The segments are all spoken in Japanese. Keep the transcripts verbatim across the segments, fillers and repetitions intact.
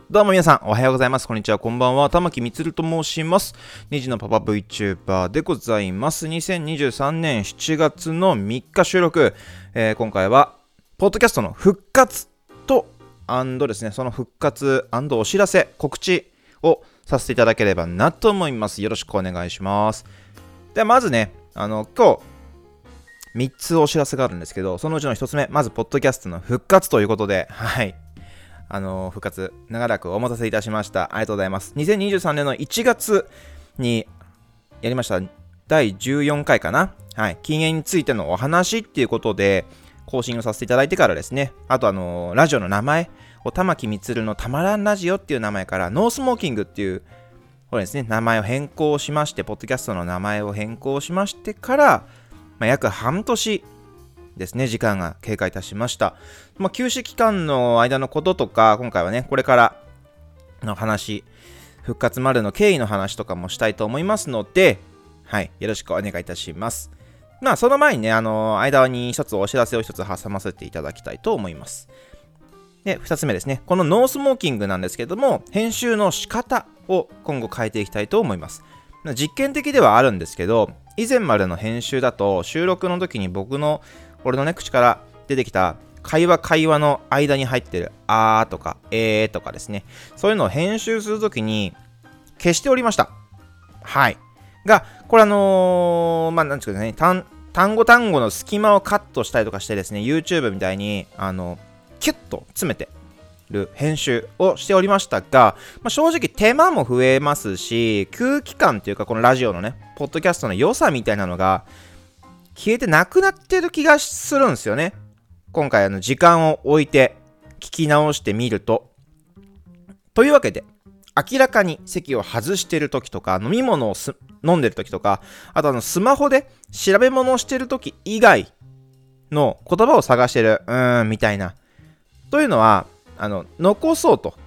どうも皆さん、おはようございます。こんにちは、こんばんは。玉木みつると申します。にじのパパ VTuber でございます。にせんにじゅうさんねんしちがつのみっか収録。えー、今回は、ポッドキャストの復活と、アンドですね、その復活&お知らせ、告知をさせていただければなと思います。よろしくお願いします。では、まずね、あの、今日、みっつお知らせがあるんですけど、そのうちのひとつめ、まず、ポッドキャストの復活ということで、はい。あのー、復活、長らくお待たせいたしました。ありがとうございます。にせんにじゅうさんねんのいちがつにやりましただいじゅうよんかいかな。はい。禁煙についてのお話っていうことで、更新をさせていただいてからですね、あとあのー、ラジオの名前を玉木みつるのたまらんラジオっていう名前から、ノースモーキングっていう、これですね、名前を変更しまして、ポッドキャストの名前を変更しましてから、まあ、約半年、ですね、時間が経過いたしました。まあ、休止期間の間のこととか、今回はね、これからの話、復活までの経緯の話とかもしたいと思いますので、はい、よろしくお願いいたします。まあ、その前にね、あの、間に一つお知らせを一つ挟ませていただきたいと思います。で、二つ目ですね、このノースモーキングなんですけども、編集の仕方を今後変えていきたいと思います。実験的ではあるんですけど、以前までの編集だと、収録の時に僕の俺のね、口から出てきた会話会話の間に入ってるあーとかえーとかですね。そういうのを編集するときに消しておりました。はい。が、これあのー、まあ、なんていうかね、単、単語単語の隙間をカットしたりとかしてですね、YouTube みたいに、あの、キュッと詰めてる編集をしておりましたが、まあ、正直手間も増えますし、空気感っていうかこのラジオのね、ポッドキャストの良さみたいなのが、消えてなくなってる気がするんですよね。今回あの時間を置いて聞き直してみると。というわけで、明らかに席を外してる時とか、飲み物をす飲んでる時とか、あとあのスマホで調べ物をしてる時以外の言葉を探してる、うーん、みたいな。というのは、あの、残そうと。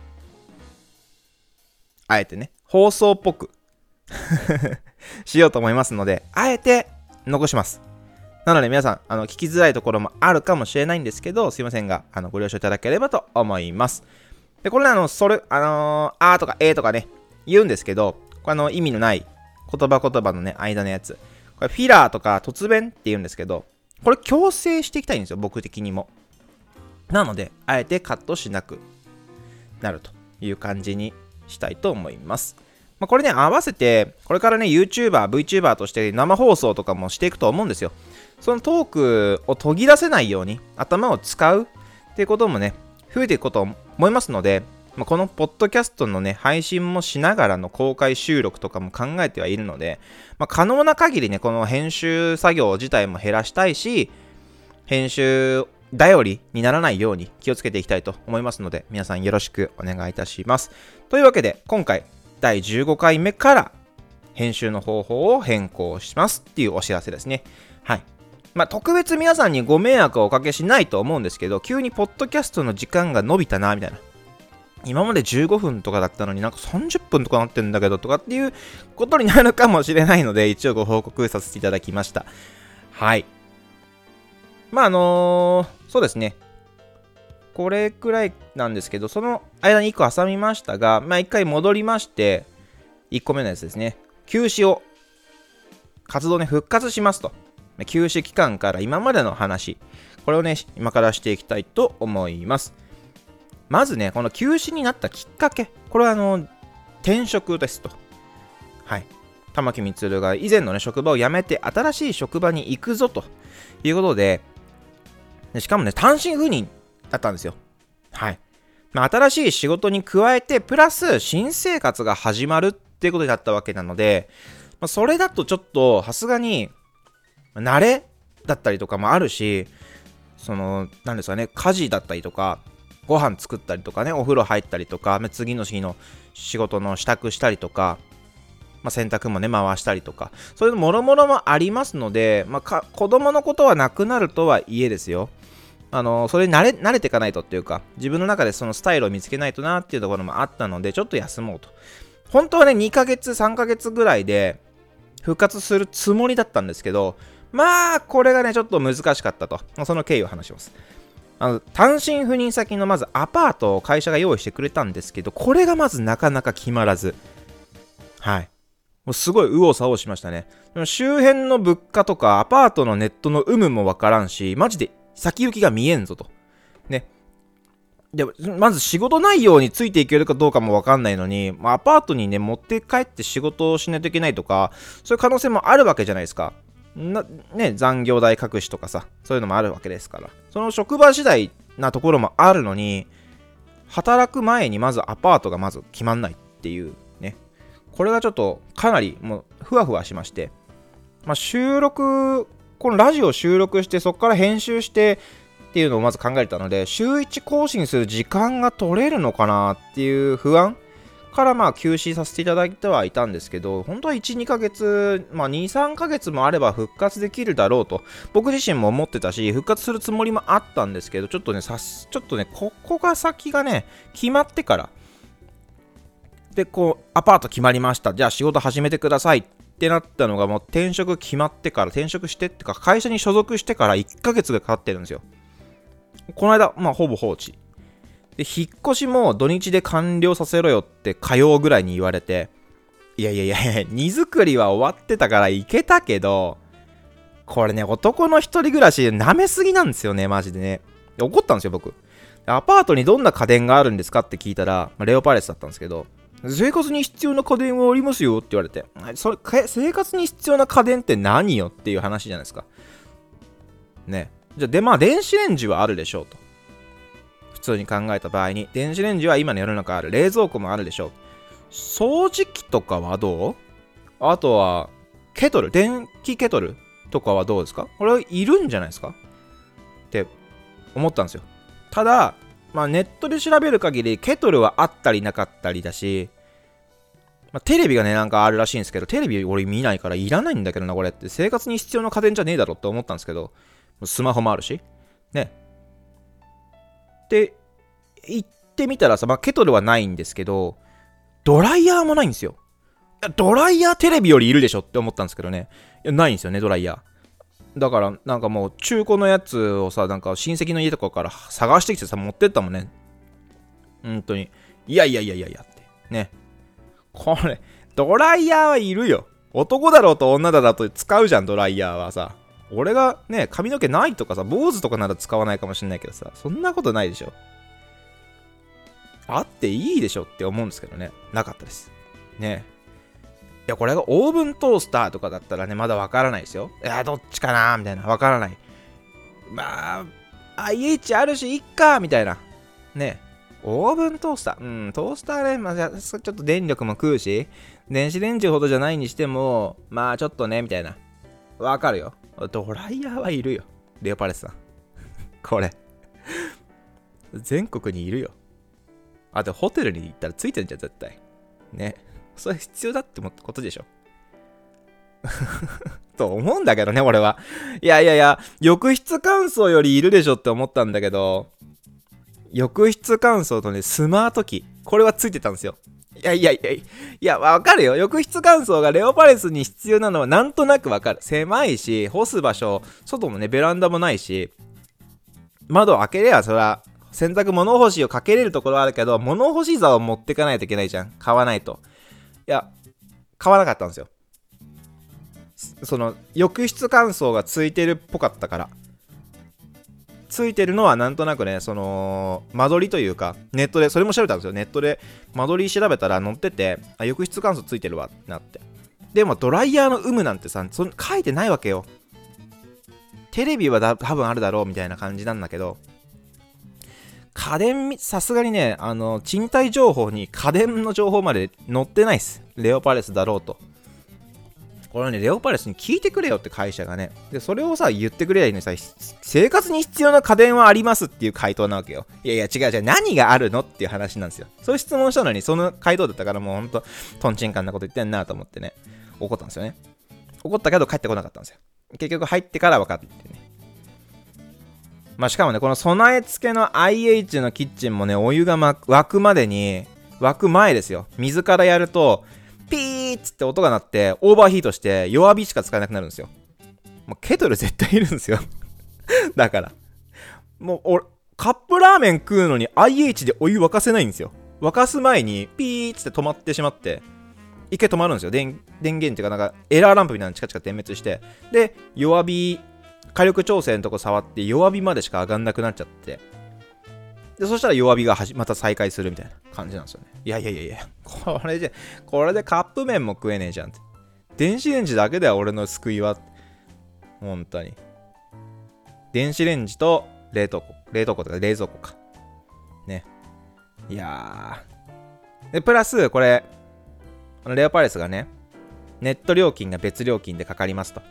あえてね、放送っぽくしようと思いますので、あえて残します。なので皆さん、あの聞きづらいところもあるかもしれないんですけど、すいませんが、あのご了承いただければと思います。で、これあの、それ、あのー、あーとかえーとかね、言うんですけど、これあの、意味のない言葉言葉のね、間のやつ。これフィラーとか突弁って言うんですけど、これ強制していきたいんですよ、僕的にも。なので、あえてカットしなくなるという感じにしたいと思います。まあ、これね、合わせて、これからね、YouTuber、VTuber として生放送とかもしていくと思うんですよ。そのトークを途切らせないように頭を使うっていうこともね、増えていくこと思いますので、まあ、このポッドキャストのね、配信もしながらの公開収録とかも考えてはいるので、まあ、可能な限りね、この編集作業自体も減らしたいし、編集頼りにならないように気をつけていきたいと思いますので、皆さんよろしくお願いいたします。というわけで、今回、だいじゅうごかいめから編集の方法を変更しますっていうお知らせですね。はい。まあ、特別皆さんにご迷惑をおかけしないと思うんですけど、急にポッドキャストの時間が伸びたな、みたいな。今までじゅうごふんとかだったのになんかさんじゅっぷんとかなってんだけどとかっていうことになるかもしれないので、一応ご報告させていただきました。はい。まあ、あのー、そうですね。これくらいなんですけど、その間にいっこ挟みましたが、まあいっかい戻りまして、いっこめのやつですね。休止を、活動ね、復活しますと。休止期間から今までの話、これをね、今からしていきたいと思います。まずね、この休止になったきっかけ、これはあの、転職ですと。はい。玉木みつるが以前のね、職場を辞めて新しい職場に行くぞということで、でしかもね、単身赴任だったんですよ。はい。まあ、新しい仕事に加えて、プラス新生活が始まるっていうことになったわけなので、まあ、それだとちょっと、さすがに、慣れだったりとかもあるし、その、なんですかね、家事だったりとか、ご飯作ったりとかね、お風呂入ったりとか、次の日の仕事の支度したりとか、まあ、洗濯もね、回したりとか、そういうのもろもろもありますので、まあ、か子供のことはなくなるとはいえですよ。あの、それに慣れ、慣れていかないとっていうか、自分の中でそのスタイルを見つけないとなっていうところもあったので、ちょっと休もうと。本当はね、にかげつ、さんかげつぐらいで復活するつもりだったんですけど、まあ、これがね、ちょっと難しかったと。その経緯を話します。 あの単身赴任先のまずアパートを会社が用意してくれたんですけど、これがまずなかなか決まらず、はい。もうすごい右往左往しましたね。でも周辺の物価とかアパートのネットの有無もわからんし、マジで先行きが見えんぞと。ね。で、まず仕事内容についていけるかどうかもわかんないのに、まあ、アパートにね、持って帰って仕事をしないといけないとか、そういう可能性もあるわけじゃないですか。なね、残業代隠しとかさ、そういうのもあるわけですから。その職場次第なところもあるのに、働く前にまずアパートがまず決まんないっていうね。これがちょっとかなりもうふわふわしまして、まあ、収録、このラジオを収録して、そこから編集してっていうのをまず考えたので、週いち更新する時間が取れるのかなっていう不安からまあ休止させていただいてはいたんですけど、本当はいち、にかげつ、まあに、さんかげつもあれば復活できるだろうと、僕自身も思ってたし、復活するつもりもあったんですけど、ちょっとね、さちょっとね、ここが先がね、決まってから、で、こう、アパート決まりました。じゃあ仕事始めてくださいってなったのが、もう転職決まってから、転職してってか、会社に所属してからいっかげつがかかってるんですよ。この間、まあほぼ放置。で、引っ越しも土日で完了させろよって火曜ぐらいに言われて、いやいやいや、荷造りは終わってたから行けたけど、これね、男の一人暮らし舐めすぎなんですよね、マジでね。怒ったんですよ、僕。アパートにどんな家電があるんですかって聞いたら、まあ、レオパレスだったんですけど、生活に必要な家電はありますよって言われて、それ生活に必要な家電って何よっていう話じゃないですか。ね。じゃあ、で、まあ、電子レンジはあるでしょうと。普通に考えた場合に、電子レンジは今の世の中ある。冷蔵庫もあるでしょう。掃除機とかはどう？あとは、ケトル、電気ケトルとかはどうですか？これはいるんじゃないですかって思ったんですよ。ただ、まあ、ネットで調べる限り、ケトルはあったりなかったりだし、まあ、テレビがね、なんかあるらしいんですけど、テレビ俺見ないからいらないんだけどな、これって。生活に必要な家電じゃねえだろって思ったんですけど、スマホもあるし。ね。で、行ってみたらさ、まあ、ケトルはないんですけど、ドライヤーもないんですよ。いや、ドライヤーテレビよりいるでしょって思ったんですけどね。いや、ないんですよね、ドライヤー。だから、なんかもう、中古のやつをさ、なんか親戚の家とかから探してきてさ、持ってったもんね。本当に。いやいやいやいやいやって。ね。これ、ドライヤーはいるよ。男だろうと女だろうと使うじゃん、ドライヤーはさ。俺がね、髪の毛ないとかさ、坊主とかなら使わないかもしれないけどさ、そんなことないでしょ。あっていいでしょって思うんですけどね。なかったです。ね。いや、これがオーブントースターとかだったらね、まだわからないですよ。いや、どっちかなーみたいな。わからない。まあ、アイエイチ あるし、いっかみたいな。ね。オーブントースター。うん、トースターね、まあ、ちょっと電力も食うし、電子レンジほどじゃないにしても、まあ、ちょっとね、みたいな。わかるよ。ドライヤーはいるよ。レオパレスさん。これ。全国にいるよ。あと、ホテルに行ったらついてるんじゃん、絶対。ね。それ必要だってことでしょ。と思うんだけどね、俺は。いやいやいや、浴室乾燥よりいるでしょって思ったんだけど、浴室乾燥とね、スマートキー。これはついてたんですよ。いやいやいやいや、わかるよ。浴室乾燥がレオパレスに必要なのはなんとなくわかる。狭いし、干す場所、外もね、ベランダもないし、窓を開ければそれは、洗濯物干しをかけれるところはあるけど、物干し座を持ってかないといけないじゃん。買わないと。いや、買わなかったんですよ。その、浴室乾燥がついてるっぽかったから。ついてるのはなんとなくね、その、間取りというか、ネットで、それも調べたんですよ。ネットで間取り調べたら載ってて、あ、浴室乾燥ついてるわってなって。でもドライヤーの有無なんてさ、その書いてないわけよ。テレビはだ多分あるだろうみたいな感じなんだけど、家電、さすがにね、あの、賃貸情報に家電の情報まで載ってないっす。レオパレスだろうと。これね、レオパレスに聞いてくれよって会社がね。で、それをさ、言ってくれやいいのにさ、生活に必要な家電はありますっていう回答なわけよ。いやいや、違う違う、何があるのっていう話なんですよ。そういう質問したのに、その回答だったからもうほんと、トンチンカンなこと言ってんなと思ってね、怒ったんですよね。怒ったけど帰ってこなかったんですよ。結局入ってから分かってね。まあ、しかもね、この備え付けの アイエイチ のキッチンもね、お湯が沸くまでに、沸く前ですよ。水からやると、ピーッつって音が鳴って、オーバーヒートして、弱火しか使えなくなるんですよ。もうケトル絶対いるんですよ。だから。もう、俺、 カップラーメン食うのに アイエイチ でお湯沸かせないんですよ。沸かす前にピーッって止まってしまって、一回止まるんですよ。電電源っていうか、なんかエラーランプみたいなのチカチカ点滅して、で弱火火力調整のとこ触って弱火までしか上がんなくなっちゃって、でそしたら弱火がはじまた再開するみたいな感じなんですよね。いやいやいやいや、これでこれでカップ麺も食えねえじゃんって。電子レンジだけだよ俺の救いは。本当に電子レンジと冷凍庫冷凍庫とか冷蔵庫かね。いやー、でプラスこれレオパレスがね、ネット料金が別料金でかかりますと、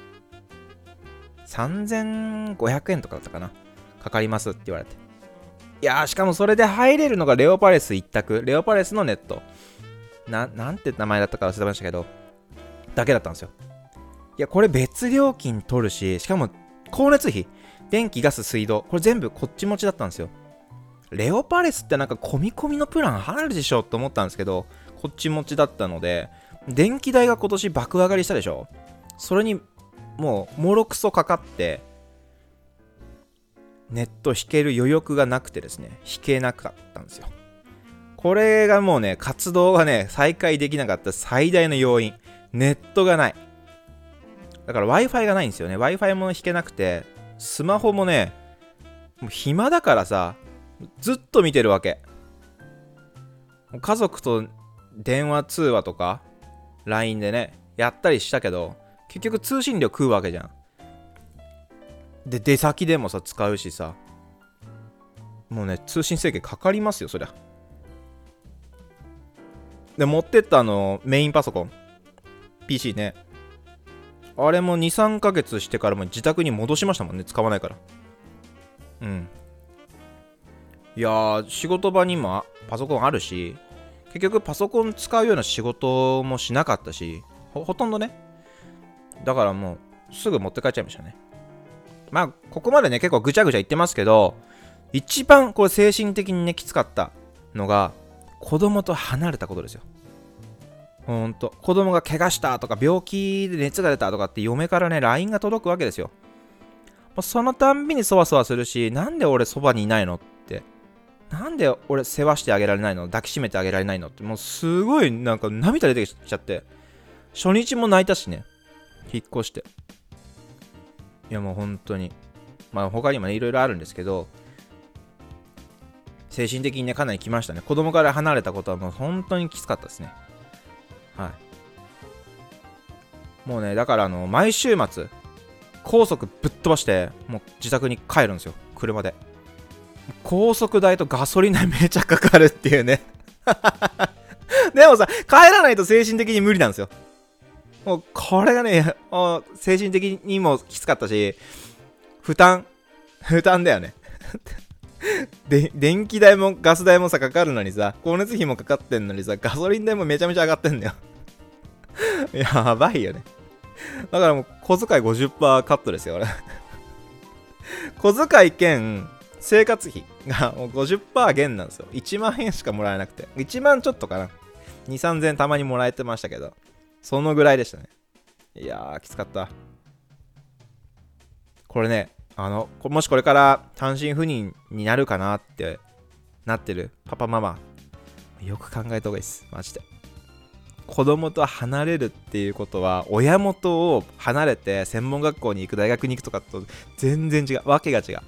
さんぜんごひゃくえんとかだったかな、かかりますって言われて、いやー、しかもそれで入れるのがレオパレス一択、レオパレスのネットな、なんて名前だったか忘れましたけど、だけだったんですよ。いや、これ別料金取るし、しかも光熱費、電気ガス水道、これ全部こっち持ちだったんですよ。レオパレスってなんか込み込みのプランあるでしょと思ったんですけど、こっち持ちだったので、電気代が今年爆上がりしたでしょ。それにもうもろくそかかって、ネット引ける余力がなくてですね、引けなかったんですよ。これがもうね、活動がね、再開できなかった最大の要因。ネットがない。だから Wi-Fi がないんですよね。Wi-Fi も引けなくて、スマホもね、もう暇だからさ、ずっと見てるわけ。家族と電話通話とか ライン でね、やったりしたけど、結局通信料食うわけじゃん。で、出先でもさ、使うしさ、もうね、通信制限かかりますよ、そりゃ。で、持ってったあの、メインパソコン、ピーシー ね。あれもに、さんかげつしてからも自宅に戻しましたもんね、使わないから。うん。いやー、仕事場にもパソコンあるし、結局パソコン使うような仕事もしなかったし、ほ, ほとんどね。だからもう、すぐ持って帰っちゃいましたね。まあ、ここまでね、結構ぐちゃぐちゃ言ってますけど、一番これ精神的にね、きつかったのが、子供と離れたことですよ。ほんと。子供が怪我したとか、病気で熱が出たとかって嫁からね、ライン が届くわけですよ。そのたんびにそわそわするし、なんで俺そばにいないのって。なんで俺世話してあげられないの、抱きしめてあげられないのって、もうすごいなんか涙出てきちゃって、初日も泣いたしね、引っ越して。いやもう本当に、まあ他にもねいろいろあるんですけど、精神的にねかなりきましたね。子供から離れたことはもう本当にきつかったですね。はい。もうね、だからあの毎週末高速ぶっ飛ばしてもう自宅に帰るんですよ、車で。高速代とガソリン代めちゃかかるっていうねでもさ、帰らないと精神的に無理なんですよ。もうこれがね、精神的にもきつかったし、負担負担だよねで、電気代もガス代もさかかるのにさ、光熱費もかかってんのにさ、ガソリン代もめちゃめちゃ上がってんだよやばいよね。だからもう小遣い ごじゅっパーセント カットですよ俺小遣い兼生活費がもう ごじゅっパーセント 減なんですよ。いちまんえんしかもらえなくて、いちまんちょっとかな、に、さんぜんたまにもらえてましたけど、そのぐらいでしたね。いやーきつかった。これね、あのもしこれから単身赴任になるかなってなってるパパママ、よく考えた方がいいですマジで。子供と離れるっていうことは、親元を離れて専門学校に行く、大学に行くとかと全然違う、わけが違う。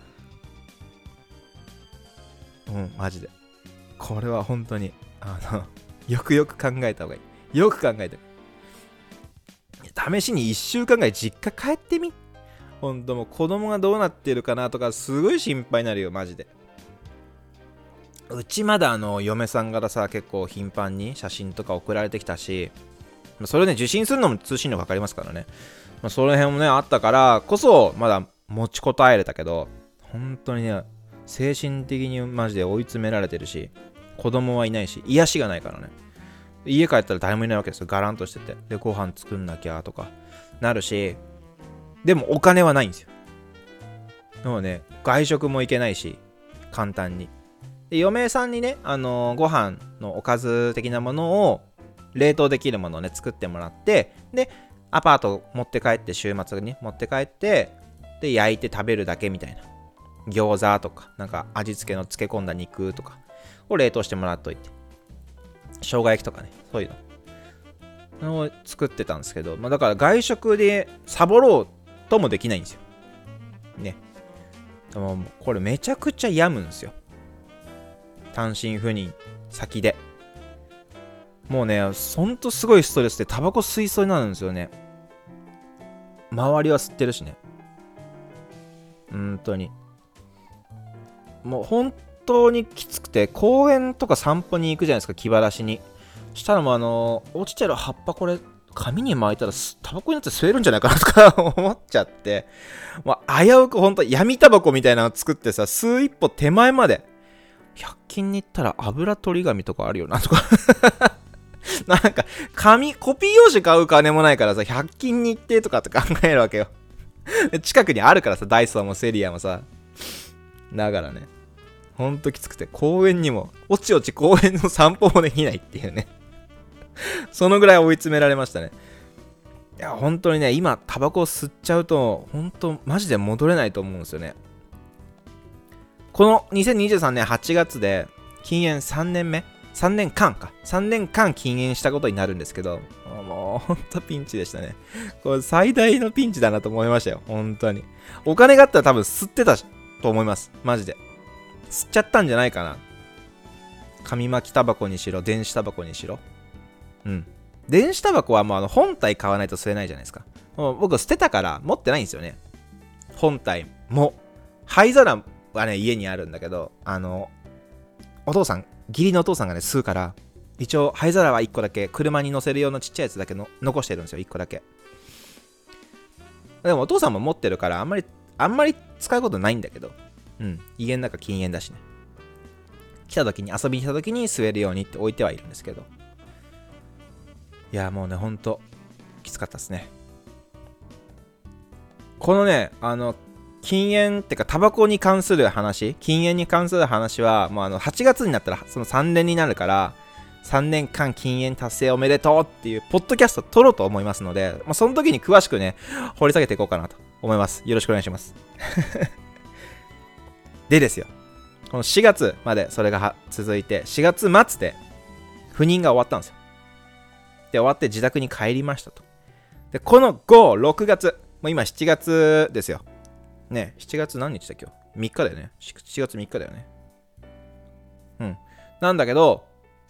うん、マジで。これは本当に、あの、よくよく考えた方がいい。よく考えて。試しにいっしゅうかんぐらい実家帰ってみ。ほんともう子供がどうなってるかなとか、すごい心配になるよ、マジで。うちまだあの、嫁さんからさ、結構頻繁に写真とか送られてきたし、それね、受信するのも通信料かかりますからね。まあ、その辺もね、あったからこそ、まだ持ちこたえれたけど、本当にね、精神的にマジで追い詰められてるし、子供はいないし、癒しがないからね。家帰ったら誰もいないわけですよ、ガランとしてて。で、ご飯作んなきゃとかなるし、でもお金はないんですよ。でもね、外食も行けないし、簡単に。で、嫁さんにね、あのー、ご飯のおかず的なものを、冷凍できるものをね、作ってもらって、で、アパート持って帰って、週末に持って帰って、で、焼いて食べるだけみたいな。 餃子とか、なんか味付けの漬け込んだ肉とかを冷凍してもらっといて、生姜焼きとかね、そういうのを作ってたんですけど、まあ、だから外食でサボろうともできないんですよ。ね。でもこれめちゃくちゃ病むんですよ。単身赴任先で。もうね、ほんとすごいストレスでタバコ吸いそうになるんですよね。周りは吸ってるしね。本当に。もう本当にきつくて、公園とか散歩に行くじゃないですか、気晴らしに。したらもうあの、落ちてる葉っぱこれ、紙に巻いたらタバコになって吸えるんじゃないかなとか思っちゃって、もう危うく本当闇タバコみたいなの作ってさ、吸う一歩手前まで。ひゃく均に行ったら油取り紙とかあるよなとか。なんか、紙、コピー用紙買う金もないからさ、ひゃく均に行ってとかって考えるわけよ。近くにあるからさ、ダイソーもセリアもさ。だからね、ほんときつくて、公園にも、おちおち公園の散歩もできないっていうね。そのぐらい追い詰められましたね。いや、本当にね、今、タバコを吸っちゃうと、本当マジで戻れないと思うんですよね。このにせんにじゅうさんねんはちがつで、禁煙さんねんめさんねんかんか。さんねんかん禁煙したことになるんですけど、もうほんとピンチでしたね。これ最大のピンチだなと思いましたよ。本当に。お金があったら多分吸ってたと思います。マジで。吸っちゃったんじゃないかな。紙巻きタバコにしろ、電子タバコにしろ。うん。電子タバコはもうあの本体買わないと吸えないじゃないですか。もう僕捨てたから持ってないんですよね。本体も。灰皿はね、家にあるんだけど、あの、お父さん、義理のお父さんがね、吸うから、一応灰皿はいっこだけ、車に乗せる用のちっちゃいやつだけの残してるんですよ、いっこだけ。でもお父さんも持ってるから、あんまり、あんまり使うことないんだけど、うん、家の中禁煙だしね。来た時に、遊びに来た時に吸えるようにって置いてはいるんですけど。いや、もうね、ほんと、きつかったですね。このね、あの、禁煙ってかタバコに関する話、禁煙に関する話はもうあのはちがつになったらそのさんねんになるから、さんねんかん禁煙達成おめでとうっていうポッドキャスト撮ろうと思いますので、まあ、その時に詳しくね掘り下げていこうかなと思います。よろしくお願いします。でですよ、このしがつまでそれが続いて、しがつ末で赴任が終わったんですよ。で終わって自宅に帰りましたと。でこのご、ろくがつ、もう今しちがつですよね。しちがつ何日だっけ？みっかだよね。しちがつみっかだよね。うん。なんだけど、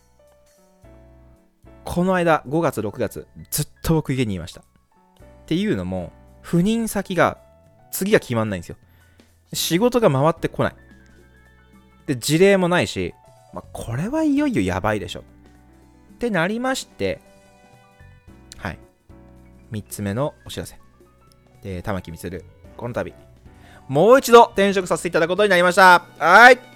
この間、ごがつ、ろくがつ、ずっと僕家にいました。っていうのも、赴任先が、次が決まんないんですよ。仕事が回ってこない。で、事例もないし、まあ、これはいよいよやばいでしょ。ってなりまして、はい。みっつめのお知らせ。で、玉木充、この度、もう一度転職させていただくことになりました。はーい。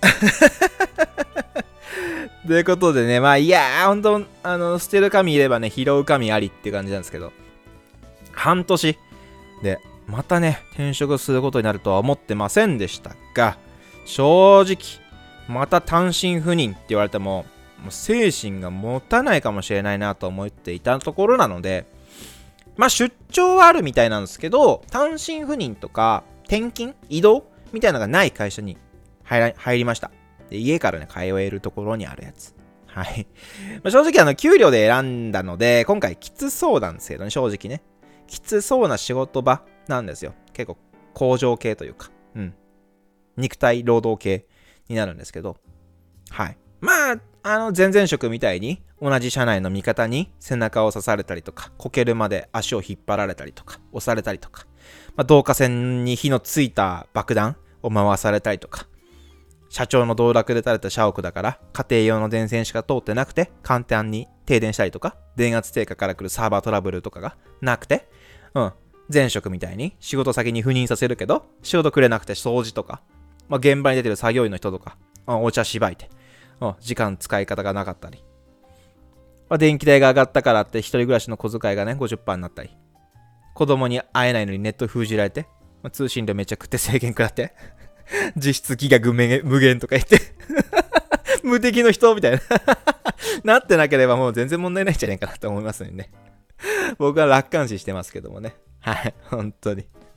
ということでね、まあいやー、ほんと、あの、捨てる神いればね、拾う神ありって感じなんですけど、半年で、またね、転職することになるとは思ってませんでしたが、正直、また単身赴任って言われても、もう精神が持たないかもしれないなと思っていたところなので、まあ出張はあるみたいなんですけど、単身赴任とか、転勤移動みたいなのがない会社に入ら入りました。で家からね、通えるところにあるやつ。はい。まあ、正直あの、給料で選んだので、今回きつそうなんですけどね、正直ね。きつそうな仕事場なんですよ。結構、工場系というか、うん。肉体労働系になるんですけど、はい。まあ、あの、前々職みたいに、同じ社内の味方に背中を刺されたりとか、こけるまで足を引っ張られたりとか、押されたりとか、まあ、導火線に火のついた爆弾を回されたりとか、社長の道楽で垂れた社屋だから家庭用の電線しか通ってなくて簡単に停電したりとか、電圧低下から来るサーバートラブルとかがなくて、うん、前職みたいに仕事先に赴任させるけど仕事くれなくて掃除とか、まあ、現場に出てる作業員の人とか、うん、お茶しばいて、うん、時間使い方がなかったり、まあ、電気代が上がったからって一人暮らしの小遣いがね ごじゅっパーセント になったり、子供に会えないのにネット封じられて、まあ、通信料めちゃくって制限食らって実質ギガ無限とか言って無敵の人みたいななってなければもう全然問題ないんじゃないかなと思いますのでね。僕は楽観視してますけどもね。はい、本当に。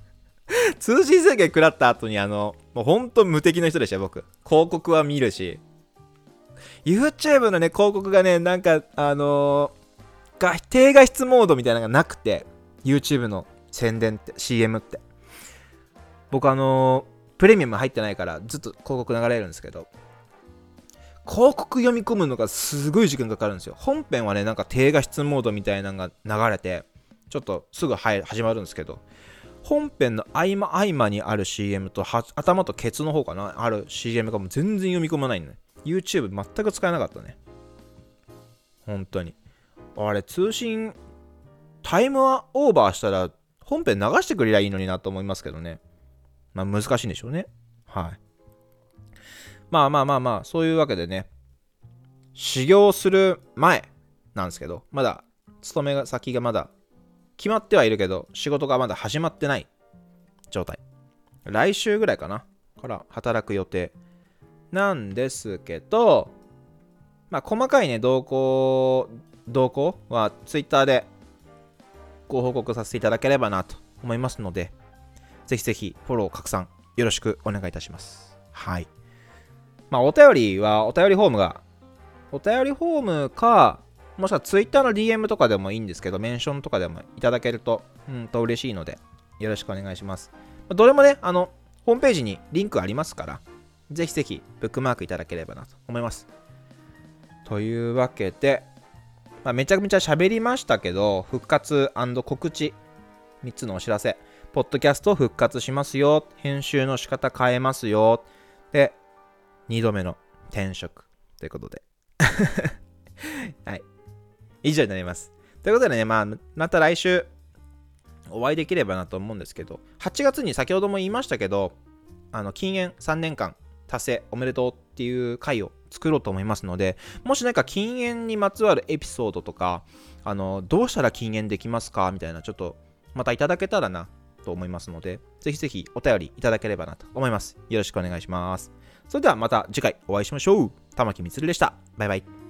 通信制限食らった後にあの、もうほんと無敵の人でしたよ、僕。広告は見るし。YouTube のね、広告がね、なんか、あのー、が低画質モードみたいなのがなくて、YouTube の宣伝って、シーエム って。僕あのー、プレミアム入ってないから、ずっと広告流れるんですけど、広告読み込むのがすごい時間かかるんですよ。本編はね、なんか低画質モードみたいなのが流れて、ちょっとすぐ入始まるんですけど、本編の合間合間にある シーエム と頭とケツの方かなある シーエム がもう全然読み込まないのね。YouTube 全く使えなかったね。本当に。あれ、通信、タイムはオーバーしたら本編流してくれりゃいいのになと思いますけどね。まあ難しいんでしょうね。はい。まあまあまあまあ、そういうわけでね、修行する前なんですけど、まだ勤め先がまだ決まってはいるけど、仕事がまだ始まってない状態。来週ぐらいかなから働く予定なんですけど、まあ細かいね、動向、動向は Twitter でご報告させていただければなと思いますので、ぜひぜひフォロー拡散よろしくお願いいたします。はい。まあお便りはお便りフォームが、お便りフォームか、もしくは Twitter の ディーエム とかでもいいんですけど、メンションとかでもいただけると、うんと嬉しいので、よろしくお願いします。どれもね、あの、ホームページにリンクありますから、ぜひぜひブックマークいただければなと思います。というわけで、まあ、めちゃめちゃ喋りましたけど、復活&告知、みっつのお知らせ。ポッドキャスト復活しますよ。編集の仕方変えますよ。で、にどめの転職ということで。はい。以上になります。ということでね、まあ、また来週お会いできればなと思うんですけど、はちがつに先ほども言いましたけど、あの禁煙さんねんかん達成おめでとうっていう回を作ろうと思いますので、もし何か禁煙にまつわるエピソードとか、あのどうしたら禁煙できますかみたいな、ちょっとまたいただけたらなと思いますので、ぜひぜひお便りいただければなと思います。よろしくお願いします。それではまた次回お会いしましょう。玉木みつるでした。バイバイ。